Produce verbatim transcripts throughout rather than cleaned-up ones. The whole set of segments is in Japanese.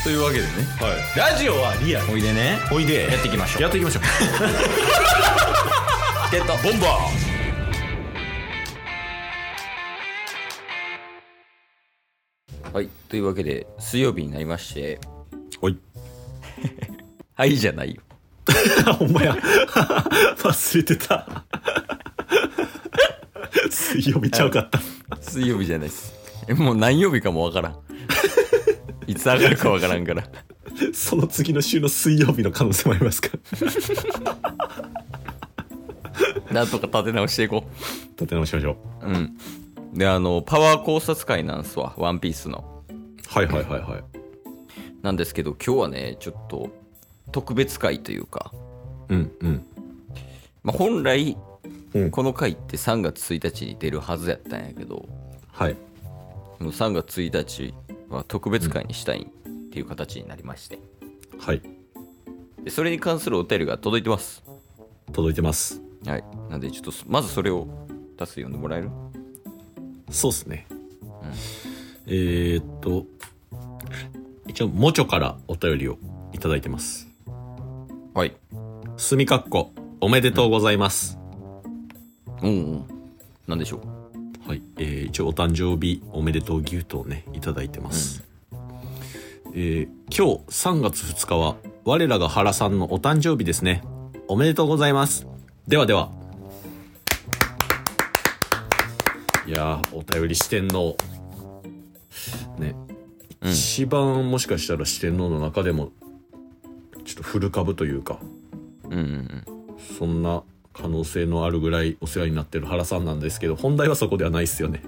というわけでね、 はい、ラジオはリアル。 おいでね、 おいでやっていきましょう。 やっていきましょうゲットボンバー。はい、というわけで水曜日になりまして、 おいはいじゃないよほんまや忘れてた水曜日ちゃうかった水曜日じゃないです。もう何曜日かもわからんいつ上がるかわからんからその次の週の水曜日の可能性もありますかなんとか立て直していこう。立て直しましょう。うんで、あのパワー考察会なんすわ、ワンピースの。 はいはいはいはい。 なんですけど、今日はねちょっと特別会というか、 うんうん、 まあ、本来、 うん、 この回ってさんがつついたちに出るはずやったんやけど、 はい、 このさんがつついたちは特別会にしたいっていう形になりまして、 うん、はい。 でそれに関するお便りが届いてます。 届いてます。 はい。なんでちょっとまずそれを出す読んでもらえる？ そうっすね、 うん、 えー、っと一応もちょからお便りをいただいてます。 はい。 すみかっこおめでとうございます。 うん、うんうん、なんでしょう。はい、えー、一応お誕生日おめでとうギフトをねいただいてます。うん、えー、今日さんがつふつかは我らが原さんのお誕生日ですね。おめでとうございます。ではでは。いやー、お便り四天王ね、うん、一番もしかしたら四天王の中でもちょっとフル株というか、 うんうんうん、そんな可能性のあるぐらいお世話になってる原さんなんですけど、本題はそこではないっすよね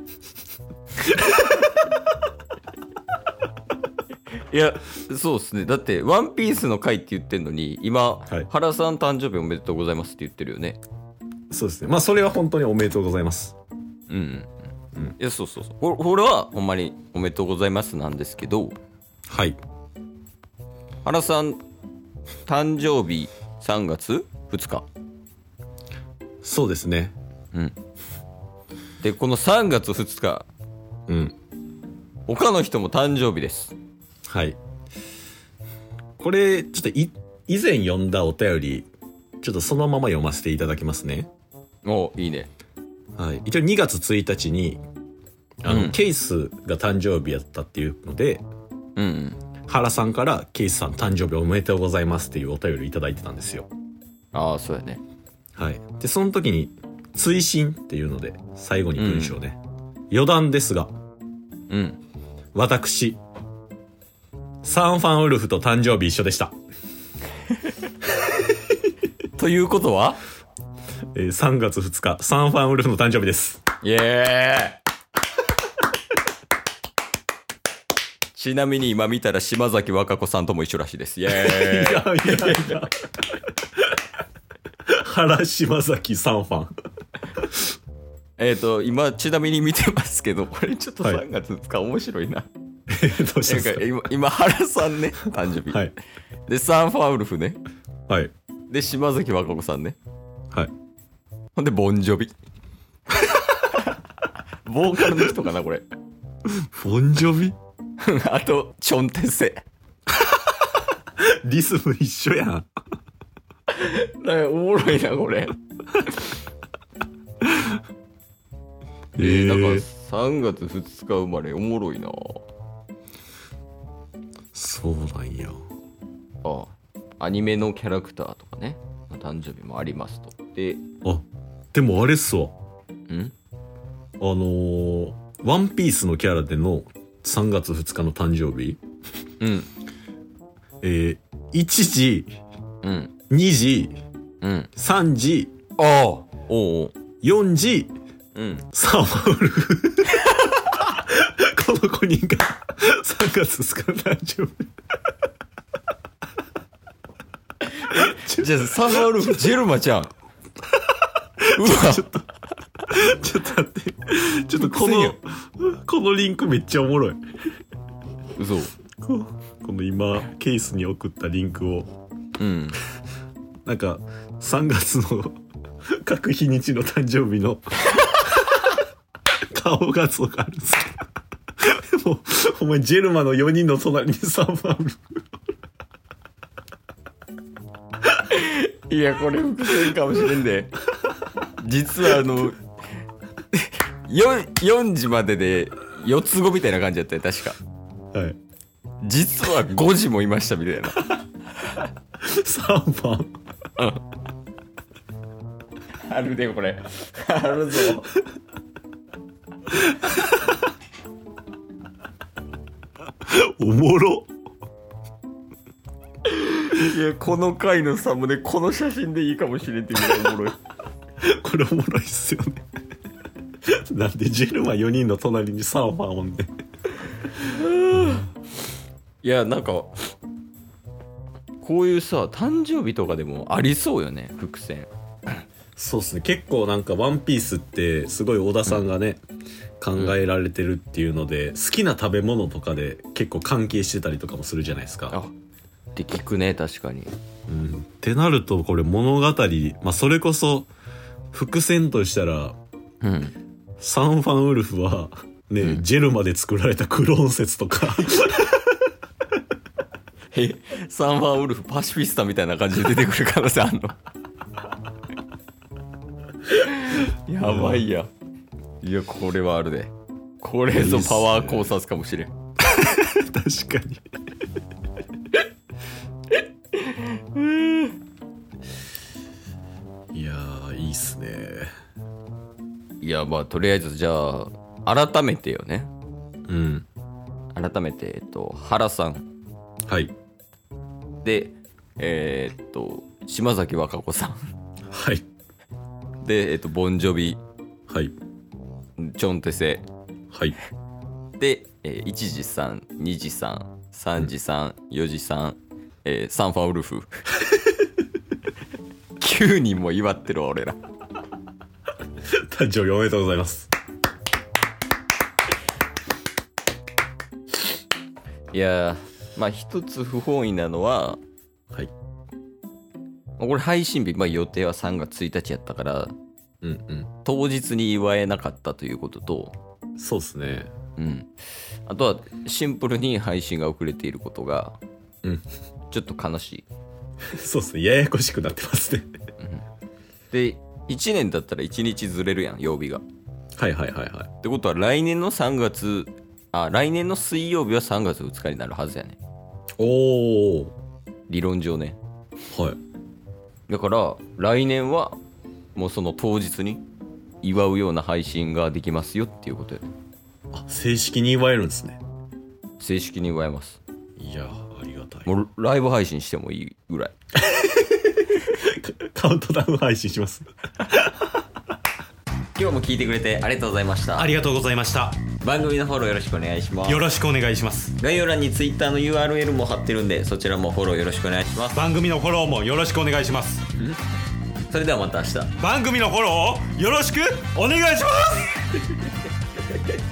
いや、そうですね。だってワンピースの回って言ってんのに今、はい、原さん誕生日おめでとうございますって言ってるよね。 そうですね。まあそれは本当におめでとうございます。 うんうんうん、いや、そうそうそう、これ、これはほんまにおめでとうございますなんですけど、 はい、 原さん誕生日さんがつふつか。 そうですね。 うん。でこのさんがつふつか、 うん、 他の人も誕生日です。 はい。これちょっとい以前読んだお便りちょっとそのまま読ませていただきますね。 お、いいね。 はい、一応にがつついたちにあの、うん、ケイスが誕生日やったっていうので、 うんうん、 原さんからケイスさん誕生日おめでとうございますっていうお便りいただいてたんですよ。 ああ、そうやね。 はい。でその時に追伸っていうので最後に文章ね、うん、余談ですが、 うん、 私サンファンウルフと誕生日一緒でしたということは、 えー、さんがつふつかサンファンウルフの誕生日です。 イエーイちなみに今見たら島崎和歌子さんとも一緒らしいです。イエーイいやいやいや原島崎サンファンえっと今ちなみに見てますけど、これちょっとさんがつふつか面白いな、はい、 どうしたんですか。 今, 今原さんね誕生日、はい、でサンファンウルフね、 はい、 で島崎和歌子さんね、 はい、 ほんでボンジョビボーカルの人かなこれ。 ボンジョビあとチョンテセリズム一緒やん。 なんかおもろいなこれえー、なんかさんがつふつか生まれ、おもろいな。 そうなんや。 ああ、アニメのキャラクターとかね誕生日もありますと。で、 あ、でもあれっすわ、 んあのー、ワンピースのキャラでのさんがつふつかの誕生日、 うん、 えー、いちじ、 うん、 にじ、 うん、 さんじ、 ああ、おうおう、 よんじ、 うん、 サンファンウルフこのごにんがさんがつふつかの誕生日じゃあサンファンウルフジェルマちゃんうわちょっとちょっと待って、ちょっとこのこのリンクめっちゃおもろい。 嘘。 こ, この今ケースに送ったリンクを、 うん、 なんかさんがつの各日にちの誕生日の顔画像があるんですけどもお前ジェルマのよにんの隣にサンファンウルフいやこれ伏線かもしれんで実はあの 4, よんじまででよつ子みたいな感じだったよ確か。 はい。 実はごじもいましたみたいなサンファンあるでこれあるぞおもろ。 いやこの回のサムネこの写真でいいかもしれんっていうぐらいおもろいこれおもろいっすよねなんでジェルマよにんの隣にサンファンおんねいやなんかこういうさ誕生日とかでもありそうよね伏線。 そうっすね。結構なんかワンピースってすごい小田さんがね、うん、考えられてるっていうので、うん、好きな食べ物とかで結構関係してたりとかもするじゃないですか。 あって聞くね確かに。 うん、ってなるとこれ物語、まあ、それこそ伏線としたら、うん、サンファンウルフはね、うん、ジェルマで作られたクローン説とかえサンファンウルフパシフィスタみたいな感じで出てくる可能性あんのやばいや。いやこれはあるで。これぞパワー考察かもしれん確かにいやーいいっすね。 いやまあとりあえずじゃあ改めてよね。 うん改めてえっと原さんはいでえー、っと島崎和歌子さんはいでえっとボンジョビはいチョンテセはいで、えー、いちじさんにじさんさんじさんよじさん、えー、サンファンウルフきゅうにんも祝ってるわ俺ら。 誕生日おめでとうございます。 いやまあ一つ不本意なのは、 はい、 これ配信日、まあ、予定はさんがつついたちやったから、 うんうん、 当日に祝えなかったということと、 そうですね、 うん、あとはシンプルに配信が遅れていることが、 うん、 ちょっと悲しい。 そうっすね、ややこしくなってますね、 うん、でいちねんだったらいちにちずれるやん曜日が。 はいはいはいはい。 ってことは来年のさんがつあ来年の水曜日はさんがつふつかになるはずやね。 おー理論上ね。 はい。 だから来年はもうその当日に祝うような配信ができますよっていうことやね。 あ、正式に祝えるんですね。 正式に祝えます。 いやありがたい。 もうライブ配信してもいいぐらいカウントダウン配信します今日も聞いてくれてありがとうございました。 ありがとうございました。 番組のフォローよろしくお願いします。 よろしくお願いします。 概要欄に Twitter の ユーアールエル も貼ってるんで、そちらもフォローよろしくお願いします。 番組のフォローもよろしくお願いします。 それではまた明日。 番組のフォローをよろしくお願いします